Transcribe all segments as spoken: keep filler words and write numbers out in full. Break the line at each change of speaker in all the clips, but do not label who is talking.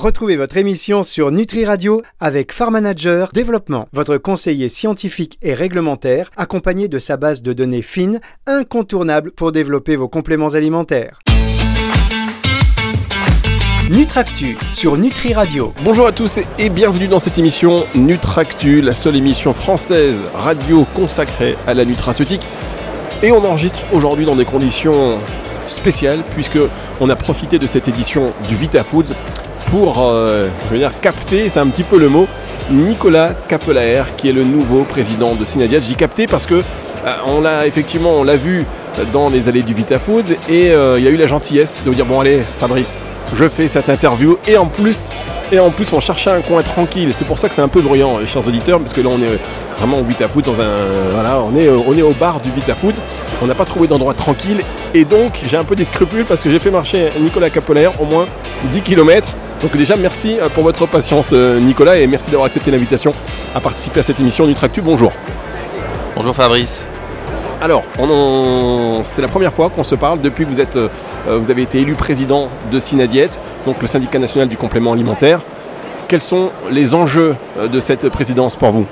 Retrouvez votre émission sur Nutri Radio avec Farm Manager Développement, votre conseiller scientifique et réglementaire, accompagné de sa base de données fine, incontournable pour développer vos compléments alimentaires. Nutractu sur Nutri Radio.
Bonjour à tous et bienvenue dans cette émission Nutractu, la seule émission française radio consacrée à la nutraceutique. Et on enregistre aujourd'hui dans des conditions spéciales puisque on a profité de cette édition du VitaFoods pour, euh, je veux dire, capter, c'est un petit peu le mot, Nicolas Capellaert qui est le nouveau président de Synadiat. J'y capté parce que euh, on l'a effectivement, on l'a vu dans les allées du VitaFoods et euh, il y a eu la gentillesse de vous dire bon allez Fabrice, je fais cette interview et en plus et en plus on cherchait un coin tranquille. C'est pour ça que c'est un peu bruyant, chers auditeurs, parce que là on est vraiment au VitaFoods dans un voilà, on est on est au bar du VitaFoods. On n'a pas trouvé d'endroit tranquille et donc j'ai un peu des scrupules parce que j'ai fait marcher Nicolas Capellaert au moins dix kilomètres. Donc déjà merci pour votre patience Nicolas et merci d'avoir accepté l'invitation à participer à cette émission Nutractu. Bonjour.
Bonjour Fabrice.
Alors, on en... c'est la première fois qu'on se parle depuis que vous, êtes, euh, vous avez été élu président de Synadiat, donc le syndicat national du complément alimentaire. Quels sont les enjeux de cette présidence pour vous ?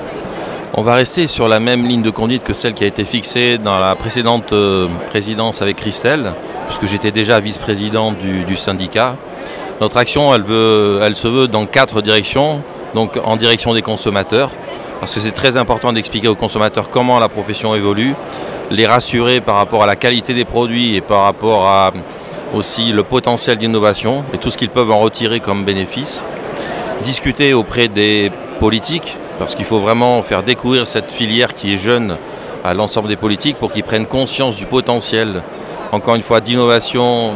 On va rester sur la même ligne de conduite que celle qui a été fixée dans la précédente euh, présidence avec Christelle, puisque j'étais déjà vice-président du, du syndicat. Notre action, elle, veut, elle se veut dans quatre directions, donc en direction des consommateurs, parce que c'est très important d'expliquer aux consommateurs comment la profession évolue, les rassurer par rapport à la qualité des produits et par rapport à aussi le potentiel d'innovation et tout ce qu'ils peuvent en retirer comme bénéfice. Discuter auprès des politiques, parce qu'il faut vraiment faire découvrir cette filière qui est jeune à l'ensemble des politiques pour qu'ils prennent conscience du potentiel, encore une fois, d'innovation,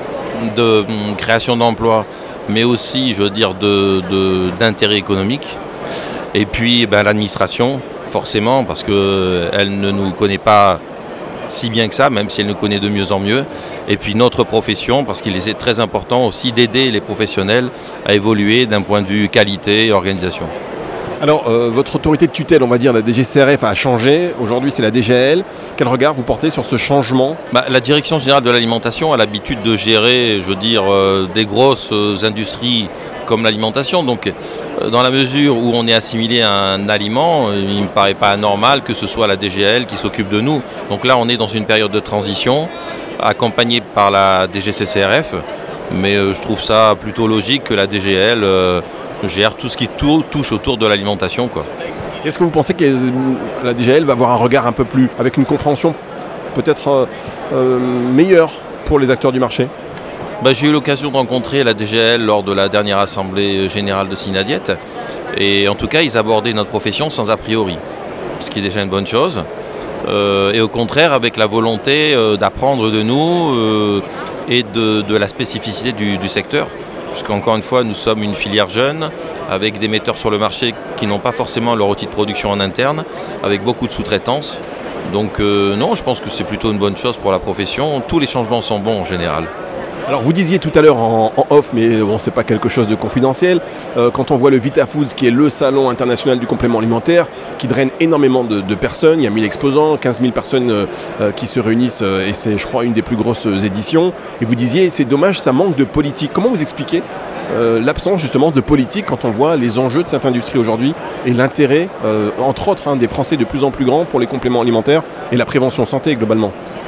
de création d'emplois, mais aussi, je veux dire, de, de, d'intérêt économique. Et puis ben, l'administration, forcément, parce qu'elle ne nous connaît pas si bien que ça, même si elle nous connaît de mieux en mieux. Et puis notre profession, parce qu'il est très important aussi d'aider les professionnels à évoluer d'un point de vue qualité et organisation.
Alors, euh, votre autorité de tutelle, on va dire, la D G C R F a changé. Aujourd'hui, c'est la D G A L. Quel regard vous portez sur ce changement ?
bah, La Direction Générale de l'Alimentation a l'habitude de gérer, je veux dire, euh, des grosses euh, industries comme l'alimentation. Donc, euh, dans la mesure où on est assimilé à un aliment, euh, il ne me paraît pas anormal que ce soit la D G A L qui s'occupe de nous. Donc là, on est dans une période de transition, accompagnée par la D G C C R F. Mais euh, je trouve ça plutôt logique que la D G A L... Euh, gère tout ce qui tou- touche autour de l'alimentation, quoi.
Est-ce que vous pensez que la D G A L va avoir un regard un peu plus, avec une compréhension peut-être euh, euh, meilleure pour les acteurs du marché ?
bah, J'ai eu l'occasion de rencontrer la D G A L lors de la dernière assemblée générale de Synadiat. Et en tout cas, ils abordaient notre profession sans a priori, ce qui est déjà une bonne chose. Euh, et au contraire, avec la volonté euh, d'apprendre de nous euh, et de, de la spécificité du, du secteur. Parce qu'encore une fois, nous sommes une filière jeune, avec des metteurs sur le marché qui n'ont pas forcément leur outil de production en interne, avec beaucoup de sous-traitance. Donc euh, non, je pense que c'est plutôt une bonne chose pour la profession. Tous les changements sont bons en général.
Alors vous disiez tout à l'heure en, en off, mais bon, c'est pas quelque chose de confidentiel, euh, quand on voit le VitaFoods qui est le salon international du complément alimentaire, qui draine énormément de, de personnes, il y a mille exposants, quinze mille personnes euh, qui se réunissent euh, et c'est je crois une des plus grosses éditions. Et vous disiez c'est dommage, ça manque de politique. Comment vous expliquez euh, l'absence justement de politique quand on voit les enjeux de cette industrie aujourd'hui et l'intérêt, euh, entre autres, hein, des Français de plus en plus grands pour les compléments alimentaires et la prévention santé globalement ?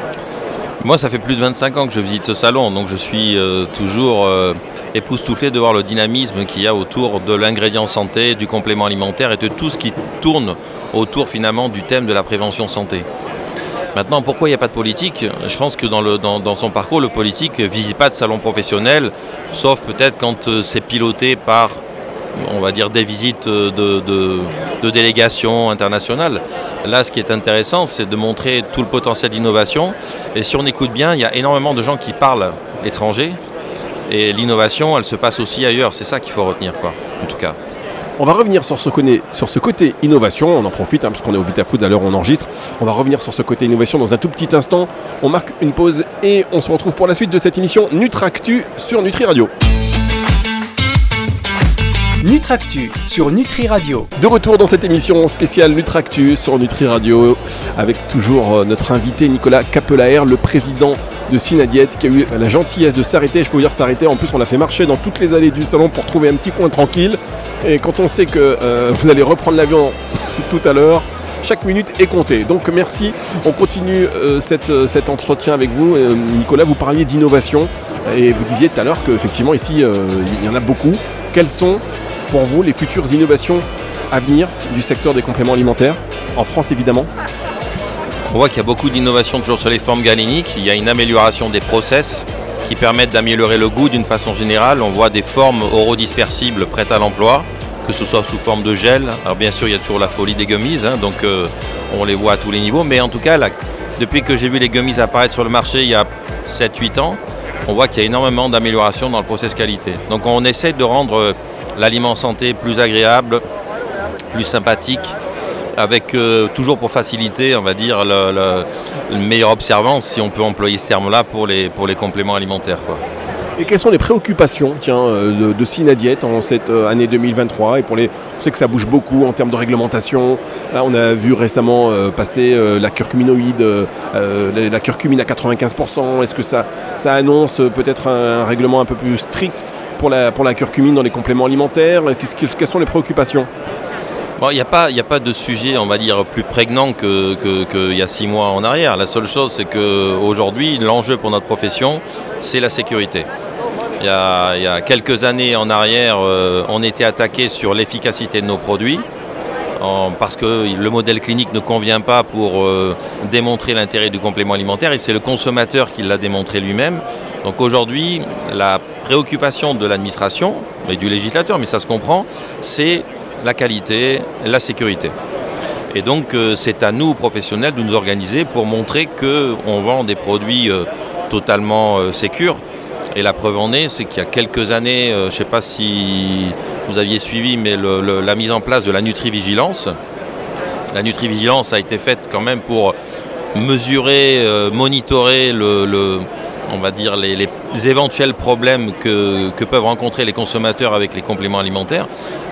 Moi, ça fait plus de vingt-cinq ans que je visite ce salon, donc je suis euh, toujours euh, époustouflé de voir le dynamisme qu'il y a autour de l'ingrédient santé, du complément alimentaire et de tout ce qui tourne autour finalement du thème de la prévention santé. Maintenant, pourquoi il n'y a pas de politique ? Je pense que dans, le, dans, dans son parcours, le politique ne visite pas de salon professionnel, sauf peut-être quand euh, c'est piloté par, on va dire, des visites de, de, de délégations internationales. Là, ce qui est intéressant, c'est de montrer tout le potentiel d'innovation. Et si on écoute bien, il y a énormément de gens qui parlent étranger. Et l'innovation, elle se passe aussi ailleurs. C'est ça qu'il faut retenir, quoi, en tout cas.
On va revenir sur ce, côté, sur ce côté innovation. On en profite, hein, parce qu'on est au VitaFoods à l'heure où on enregistre. On va revenir sur ce côté innovation dans un tout petit instant. On marque une pause et on se retrouve pour la suite de cette émission Nutractu sur Nutri Radio.
Nutractu sur Nutri Radio.
De retour dans cette émission spéciale Nutractu sur Nutri Radio avec toujours notre invité Nicolas Capellaert, le président de Synadiète qui a eu la gentillesse de s'arrêter. Je peux vous dire s'arrêter. En plus, on l'a fait marcher dans toutes les allées du salon pour trouver un petit coin tranquille. Et quand on sait que euh, vous allez reprendre l'avion tout à l'heure, chaque minute est comptée. Donc merci. On continue euh, cette, euh, cet entretien avec vous. Euh, Nicolas, vous parliez d'innovation et vous disiez tout à l'heure qu'effectivement ici, euh, il y en a beaucoup. Quelles sont pour vous les futures innovations à venir du secteur des compléments alimentaires, en France évidemment?
On voit qu'il y a beaucoup d'innovations toujours sur les formes galéniques. Il y a une amélioration des process qui permettent d'améliorer le goût d'une façon générale. On voit des formes orodispersibles prêtes à l'emploi, que ce soit sous forme de gel. Alors bien sûr, il y a toujours la folie des gummies, hein, donc euh, on les voit à tous les niveaux. Mais en tout cas, là, depuis que j'ai vu les gummies apparaître sur le marché il y a sept huit ans, on voit qu'il y a énormément d'améliorations dans le process qualité. Donc on essaie de rendre euh, l'aliment santé plus agréable, plus sympathique, avec euh, toujours pour faciliter, on va dire, le, le, une meilleure observance, si on peut employer ce terme-là, pour les, pour les compléments alimentaires, quoi.
Et quelles sont les préoccupations tiens, de, de Synadiète en cette année deux mille vingt-trois et pour les, on sait que ça bouge beaucoup en termes de réglementation. Là, on a vu récemment euh, passer euh, la curcuminoïde, euh, la, la curcumine à quatre-vingt-quinze pour cent. Est-ce que ça, ça annonce peut-être un, un règlement un peu plus strict pour la, pour la curcumine dans les compléments alimentaires? Qu'est-ce, quelles sont les préoccupations?
Bon, il n'y a pas, il n'y a pas de sujet, on va dire, plus prégnant que, que, qu'il y a six mois en arrière. La seule chose, c'est qu'aujourd'hui, l'enjeu pour notre profession, c'est la sécurité. Il y a, il y a quelques années en arrière, euh, on était attaqué sur l'efficacité de nos produits, en, parce que le modèle clinique ne convient pas pour euh, démontrer l'intérêt du complément alimentaire, et c'est le consommateur qui l'a démontré lui-même. Donc aujourd'hui, la préoccupation de l'administration et du législateur, mais ça se comprend, c'est la qualité, la sécurité. Et donc euh, c'est à nous, professionnels, de nous organiser pour montrer qu'on vend des produits euh, totalement euh, sécures. Et la preuve en est, c'est qu'il y a quelques années, euh, je ne sais pas si vous aviez suivi, mais le, le, la mise en place de la nutrivigilance. La nutrivigilance a été faite quand même pour mesurer, euh, monitorer le, le, on va dire les, les éventuels problèmes que, que peuvent rencontrer les consommateurs avec les compléments alimentaires.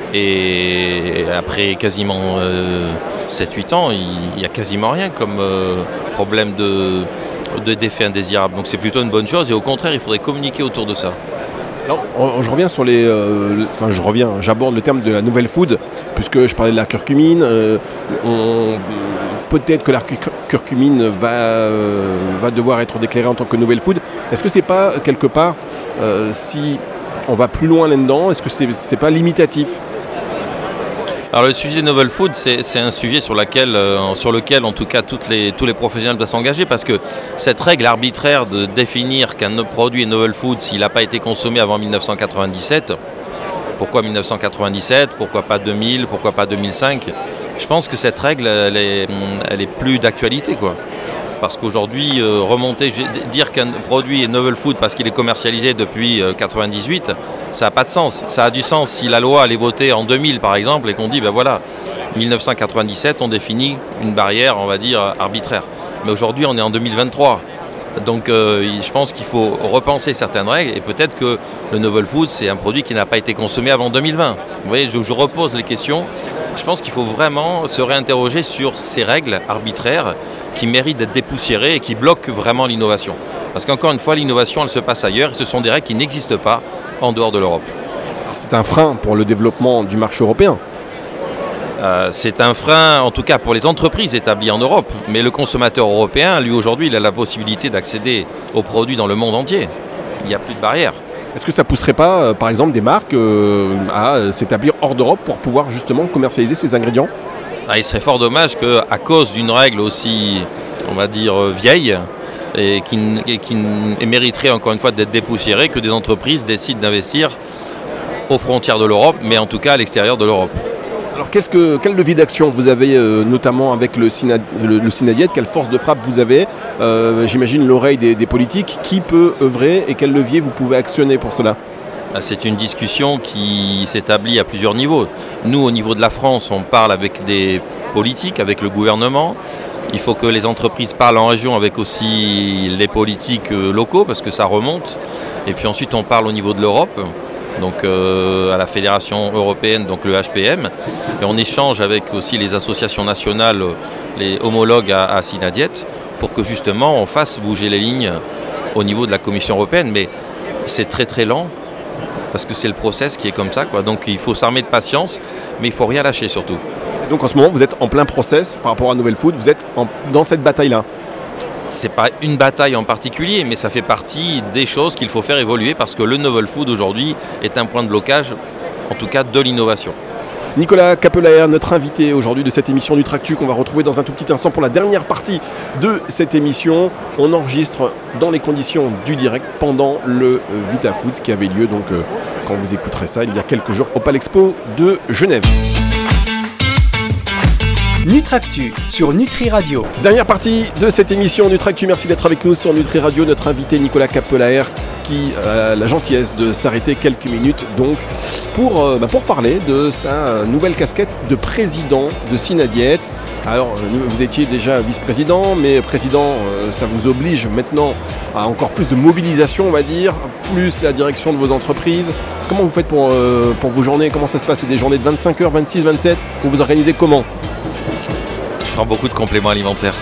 Et après quasiment euh, sept huit ans, il n'y a quasiment rien comme euh, problème de, de d'effet indésirable. Donc c'est plutôt une bonne chose et au contraire, il faudrait communiquer autour de ça.
Alors, je reviens sur les... Euh, enfin, je reviens, j'aborde le terme de la nouvelle food, puisque je parlais de la curcumine. Euh, on, peut-être que la curcumine va, euh, va devoir être déclarée en tant que nouvelle food. Est-ce que c'est pas, quelque part, euh, si on va plus loin là-dedans, est-ce que c'est, c'est pas limitatif ?
Alors le sujet novel food, c'est, c'est un sujet sur, laquelle, euh, sur lequel en tout cas toutes les, tous les professionnels doivent s'engager, parce que cette règle arbitraire de définir qu'un produit est novel food s'il n'a pas été consommé avant dix-neuf cent quatre-vingt-dix-sept, pourquoi dix-neuf cent quatre-vingt-dix-sept, pourquoi pas deux mille, pourquoi pas deux mille cinq, je pense que cette règle elle est, elle est plus d'actualité, quoi. Parce qu'aujourd'hui, euh, remonter, dire qu'un produit est novel food parce qu'il est commercialisé depuis euh, quatre-vingt-dix-huit, ça n'a pas de sens. Ça a du sens si la loi allait voter en deux mille par exemple et qu'on dit, ben voilà, dix-neuf cent quatre-vingt-dix-sept, on définit une barrière, on va dire, arbitraire. Mais aujourd'hui, on est en deux mille vingt-trois. Donc euh, je pense qu'il faut repenser certaines règles et peut-être que le novel food, c'est un produit qui n'a pas été consommé avant deux mille vingt. Vous voyez, je, je repose les questions. Je pense qu'il faut vraiment se réinterroger sur ces règles arbitraires qui méritent d'être dépoussiérées et qui bloquent vraiment l'innovation. Parce qu'encore une fois, l'innovation, elle se passe ailleurs et ce sont des règles qui n'existent pas en dehors de l'Europe.
Alors, c'est un frein pour le développement du marché européen.
Euh, c'est un frein, en tout cas pour les entreprises établies en Europe. Mais le consommateur européen, lui aujourd'hui, il a la possibilité d'accéder aux produits dans le monde entier. Il n'y a plus de barrières.
Est-ce que ça ne pousserait pas, euh, par exemple, des marques euh, à euh, s'établir hors d'Europe pour pouvoir justement commercialiser ces ingrédients ?
Ah, il serait fort dommage qu'à cause d'une règle aussi, on va dire, vieille, et qui, et qui mériterait encore une fois d'être dépoussiérée, que des entreprises décident d'investir aux frontières de l'Europe, mais en tout cas à l'extérieur de l'Europe.
Alors qu'est-ce que, quel levier d'action vous avez, euh, notamment avec le, Synad, le, le Synadiète, quelle force de frappe vous avez euh, J'imagine l'oreille des, des politiques. Qui peut œuvrer et quel levier vous pouvez actionner pour cela ?
C'est une discussion qui s'établit à plusieurs niveaux. Nous, au niveau de la France, on parle avec des politiques, avec le gouvernement. Il faut que les entreprises parlent en région avec aussi les politiques locaux, parce que ça remonte. Et puis ensuite, on parle au niveau de l'Europe, donc euh, à la Fédération européenne, donc le H P M. Et on échange avec aussi les associations nationales, les homologues à, à Synadiète, pour que justement on fasse bouger les lignes au niveau de la Commission européenne, mais c'est très très lent, parce que c'est le process qui est comme ça, quoi. Donc il faut s'armer de patience, mais il ne faut rien lâcher surtout.
Donc en ce moment, vous êtes en plein process par rapport à Nouvelle Food, vous êtes en, dans cette bataille-là.
C'est pas une bataille en particulier, mais ça fait partie des choses qu'il faut faire évoluer, parce que le Novel Food aujourd'hui est un point de blocage, en tout cas de l'innovation.
Nicolas Capellaert, notre invité aujourd'hui de cette émission NutrActu qu'on va retrouver dans un tout petit instant pour la dernière partie de cette émission. On enregistre dans les conditions du direct pendant le VitaFoods qui avait lieu donc euh, quand vous écouterez ça il y a quelques jours au Palexpo de Genève.
NutrActu sur Nutri Radio.
Dernière partie de cette émission NutrActu. Merci d'être avec nous sur Nutri Radio. Notre invité Nicolas Capellaert qui a la gentillesse de s'arrêter quelques minutes donc pour, euh, bah pour parler de sa nouvelle casquette de président de Synadiet. Alors vous étiez déjà vice-président, mais président euh, ça vous oblige maintenant à encore plus de mobilisation on va dire, plus la direction de vos entreprises. Comment vous faites pour, euh, pour vos journées? Comment ça se passe? C'est des journées de vingt-cinq heures, vingt-six, vingt-sept? Vous vous organisez comment?
Je prends beaucoup de compléments alimentaires.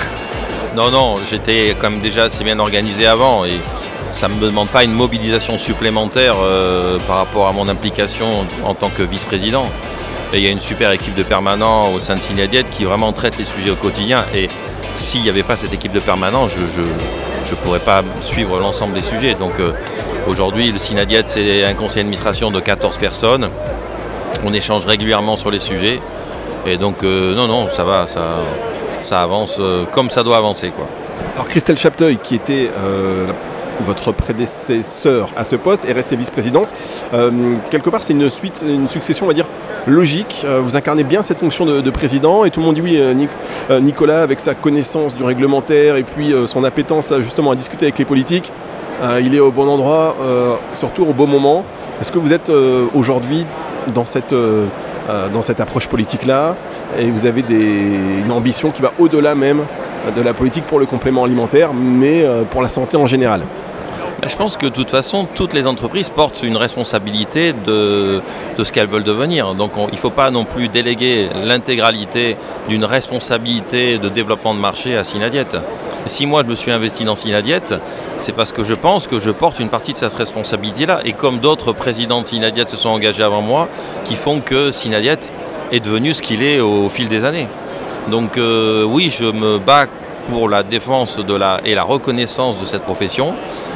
non, non, j'étais quand même déjà assez bien organisé avant et ça ne me demande pas une mobilisation supplémentaire euh, par rapport à mon implication en tant que vice-président. Et il y a une super équipe de permanents au sein de Synadiet qui vraiment traite les sujets au quotidien. Et s'il n'y avait pas cette équipe de permanents, je ne pourrais pas suivre l'ensemble des sujets. Donc euh, aujourd'hui, le Synadiet, c'est un conseil d'administration de quatorze personnes. On échange régulièrement sur les sujets. Et donc, euh, non, non, ça va, ça, ça avance euh, comme ça doit avancer, quoi.
Alors, Christelle Chapteuil, qui était euh, votre prédécesseur à ce poste, est restée vice-présidente. Euh, quelque part, c'est une suite, une succession, on va dire, logique. Euh, vous incarnez bien cette fonction de, de président et tout le monde dit oui, euh, Nic, euh, Nicolas, avec sa connaissance du réglementaire et puis euh, son appétence à, justement à discuter avec les politiques, euh, il est au bon endroit, euh, surtout au bon moment. Est-ce que vous êtes euh, aujourd'hui dans cette... Euh, dans cette approche politique-là, et vous avez des, une ambition qui va au-delà même de la politique pour le complément alimentaire, mais pour la santé en général?
Je pense que de toute façon, toutes les entreprises portent une responsabilité de, de ce qu'elles veulent devenir. Donc on, il ne faut pas non plus déléguer l'intégralité d'une responsabilité de développement de marché à Synadiet. Si moi je me suis investi dans Synadiet, c'est parce que je pense que je porte une partie de cette responsabilité-là. Et comme d'autres présidents de Synadiet se sont engagés avant moi, qui font que Synadiet est devenu ce qu'il est au fil des années. Donc euh, oui, je me bats pour la défense de la, et la reconnaissance de cette profession.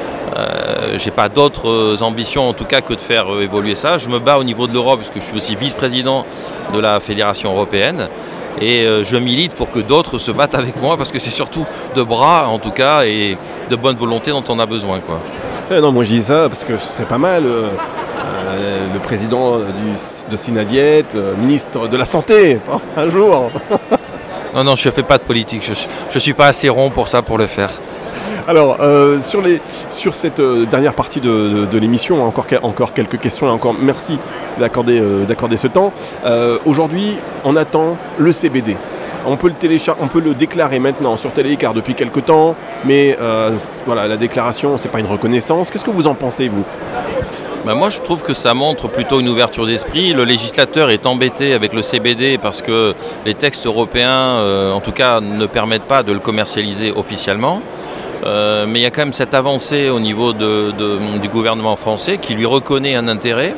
Euh, j'ai pas d'autres ambitions en tout cas que de faire euh, évoluer ça. Je me bats au niveau de l'Europe puisque je suis aussi vice-président de la Fédération européenne et euh, je milite pour que d'autres se battent avec moi parce que c'est surtout de bras en tout cas et de bonne volonté dont on a besoin, quoi.
Eh non, moi je dis ça parce que ce serait pas mal euh, euh, le président du, de Synadiet, euh, ministre de la Santé un jour.
Non, non, je ne fais pas de politique, je ne suis pas assez rond pour ça, pour le faire.
Alors, euh, sur, les, sur cette euh, dernière partie de, de, de l'émission, encore, encore quelques questions et encore merci d'accorder, euh, d'accorder ce temps. Euh, aujourd'hui, on attend le C B D. On peut le, téléchar- on peut le déclarer maintenant sur Télécar depuis quelques temps, mais euh, voilà, la déclaration, ce n'est pas une reconnaissance. Qu'est-ce que vous en pensez, vous ?
Ben moi, je trouve que ça montre plutôt une ouverture d'esprit. Le législateur est embêté avec le C B D parce que les textes européens, euh, en tout cas, ne permettent pas de le commercialiser officiellement. Euh, mais il y a quand même cette avancée au niveau de, de, du gouvernement français qui lui reconnaît un intérêt,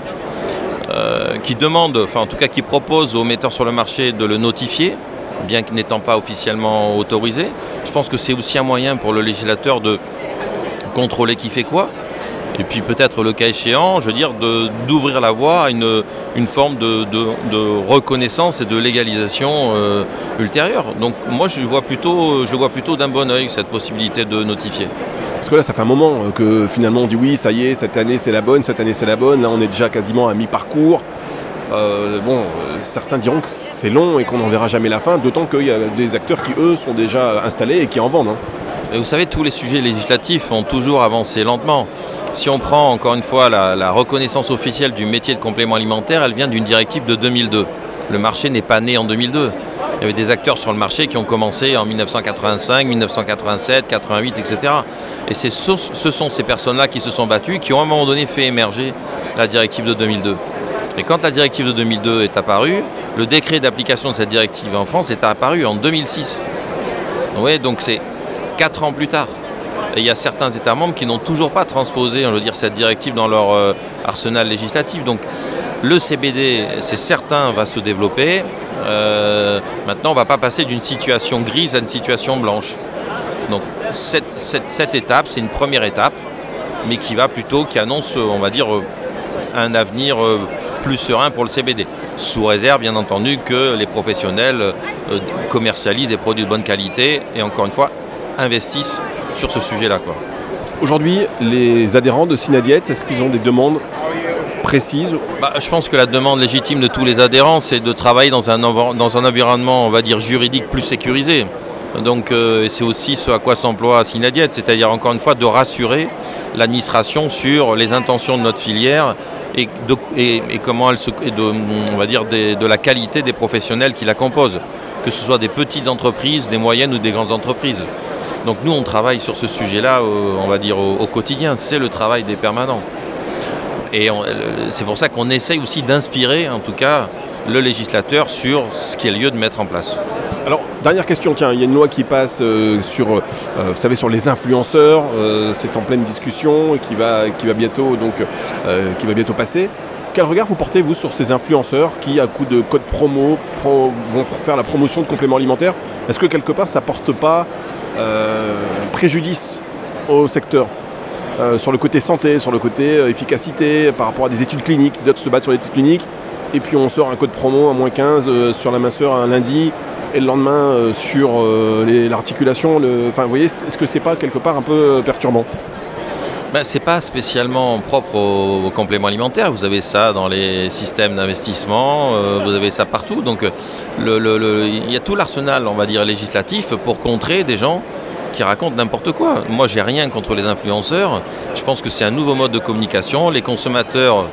euh, qui demande, enfin en tout cas qui propose aux metteurs sur le marché de le notifier, bien qu'il n'étant pas officiellement autorisé. Je pense que c'est aussi un moyen pour le législateur de contrôler qui fait quoi. Et puis peut-être le cas échéant, je veux dire, de, d'ouvrir la voie à une, une forme de, de, de reconnaissance et de légalisation euh, ultérieure. Donc moi je vois plutôt, je vois plutôt d'un bon œil cette possibilité de notifier.
Parce que là ça fait un moment que finalement on dit oui, ça y est, cette année c'est la bonne, cette année c'est la bonne, là on est déjà quasiment à mi-parcours. Euh, bon, euh, certains diront que c'est long et qu'on n'en verra jamais la fin, d'autant qu'il y a des acteurs qui eux sont déjà installés et qui en vendent. Hein.
Et vous savez, tous les sujets législatifs ont toujours avancé lentement. Si on prend encore une fois la, la reconnaissance officielle du métier de complément alimentaire, elle vient d'une directive de deux mille deux. Le marché n'est pas né en deux mille deux. Il y avait des acteurs sur le marché qui ont commencé en dix-neuf cent quatre-vingt-cinq, dix-neuf cent quatre-vingt-sept, quatre-vingt-huit, et cetera. Et c'est, ce sont ces personnes-là qui se sont battues, qui ont à un moment donné fait émerger la directive de deux mille deux. Et quand la directive de deux mille deux est apparue, le décret d'application de cette directive en France est apparu en deux mille six. Oui, donc c'est quatre ans plus tard. Et il y a certains États membres qui n'ont toujours pas transposé, on veut dire, cette directive dans leur euh, arsenal législatif. Donc le C B D, c'est certain, va se développer. Euh, maintenant, on ne va pas passer d'une situation grise à une situation blanche. Donc cette, cette, cette étape, c'est une première étape, mais qui va plutôt, qui annonce, on va dire, un avenir plus serein pour le C B D. Sous réserve, bien entendu, que les professionnels commercialisent des produits de bonne qualité et, encore une fois, investissent sur ce sujet-là, quoi.
Aujourd'hui, les adhérents de Synadiète, est-ce qu'ils ont des demandes précises ?
Bah, je pense que la demande légitime de tous les adhérents, c'est de travailler dans un, env- dans un environnement, on va dire, juridique plus sécurisé. Donc euh, c'est aussi ce à quoi s'emploie Synadiète, c'est-à-dire encore une fois de rassurer l'administration sur les intentions de notre filière et, de, et, et comment elle se, et de, on va dire des, de la qualité des professionnels qui la composent, que ce soit des petites entreprises, des moyennes ou des grandes entreprises. Donc nous on travaille sur ce sujet-là, euh, on va dire au, au quotidien, c'est le travail des permanents. Et on, c'est pour ça qu'on essaye aussi d'inspirer, en tout cas, le législateur sur ce qu'il y a lieu de mettre en place.
Alors, dernière question, tiens, il y a une loi qui passe euh, sur, euh, vous savez, sur les influenceurs, euh, c'est en pleine discussion, qui va, qui va bientôt, donc, euh, qui va bientôt passer. Quel regard vous portez, vous, sur ces influenceurs qui, à coup de code promo, pro, vont faire la promotion de compléments alimentaires ? Est-ce que, quelque part, ça ne porte pas euh, préjudice au secteur ? Euh, sur le côté santé, sur le côté euh, efficacité, par rapport à des études cliniques, d'autres se battent sur les études cliniques, et puis on sort un code promo à moins quinze euh, sur la minceur un lundi, et le lendemain euh, sur euh, les, l'articulation. Le... Enfin, vous voyez, est-ce que c'est pas quelque part un peu perturbant ?
Ben, c'est pas spécialement propre aux, aux compléments alimentaires. Vous avez ça dans les systèmes d'investissement, euh, vous avez ça partout. Donc le, le, le, il y a tout l'arsenal, on va dire, législatif pour contrer des gens qui racontent n'importe quoi. Moi, j'ai rien contre les influenceurs. Je pense que c'est un nouveau mode de communication. Les consommateurs,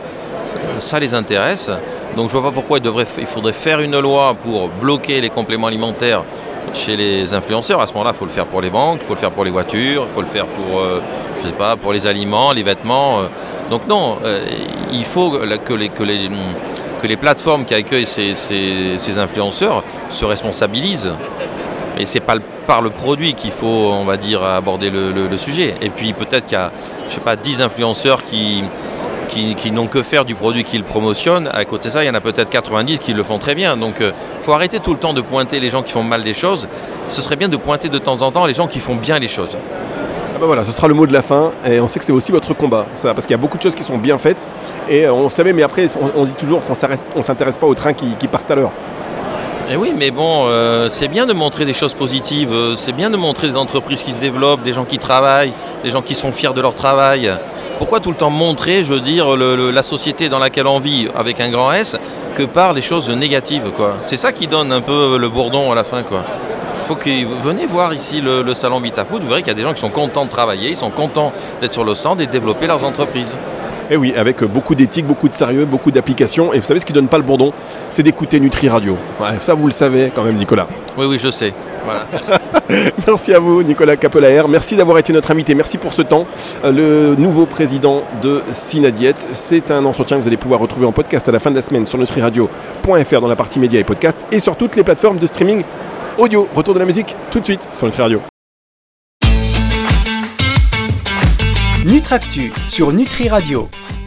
ça les intéresse. Donc, je ne vois pas pourquoi il, devrait, il faudrait faire une loi pour bloquer les compléments alimentaires chez les influenceurs. À ce moment-là, il faut le faire pour les banques, il faut le faire pour les voitures, il faut le faire pour, euh, je sais pas, pour les aliments, les vêtements. Donc, non, euh, il faut que les, que les, que les plateformes qui accueillent ces, ces, ces influenceurs se responsabilisent. Et c'est pas le, par le produit qu'il faut, on va dire, aborder le, le, le sujet. Et puis peut-être qu'il y a, je sais pas, dix influenceurs qui, qui, qui n'ont que faire du produit qu'ils promotionnent. À côté de ça, il y en a peut-être quatre-vingt-dix qui le font très bien. Donc il euh, faut arrêter tout le temps de pointer les gens qui font mal des choses. Ce serait bien de pointer de temps en temps les gens qui font bien les choses.
Ah ben voilà, ce sera le mot de la fin. Et on sait que c'est aussi votre combat, ça, parce qu'il y a beaucoup de choses qui sont bien faites. Et on savait, mais après, on, on dit toujours qu'on ne s'intéresse pas aux trains qui, qui partent à l'heure.
Et oui, mais bon, euh, c'est bien de montrer des choses positives, euh, c'est bien de montrer des entreprises qui se développent, des gens qui travaillent, des gens qui sont fiers de leur travail. Pourquoi tout le temps montrer, je veux dire, le, le, la société dans laquelle on vit avec un grand S, que par les choses négatives, quoi. C'est ça qui donne un peu le bourdon à la fin, quoi. Il faut que venez voir ici le, le salon Vitafood, vous verrez qu'il y a des gens qui sont contents de travailler, ils sont contents d'être sur le stand et de développer leurs entreprises.
Et oui, avec beaucoup d'éthique, beaucoup de sérieux, beaucoup d'applications. Et vous savez ce qui ne donne pas le bourdon, c'est d'écouter Nutri Radio. Ouais, ça, vous le savez quand même, Nicolas.
Oui, oui, je sais. Voilà.
Merci à vous, Nicolas Capelaer. Merci d'avoir été notre invité. Merci pour ce temps. Le nouveau président de Synadiète. C'est un entretien que vous allez pouvoir retrouver en podcast à la fin de la semaine sur nutri radio point f r dans la partie médias et podcasts et sur toutes les plateformes de streaming audio. Retour de la musique tout de suite sur Nutri Radio.
Nutractu sur Nutri Radio.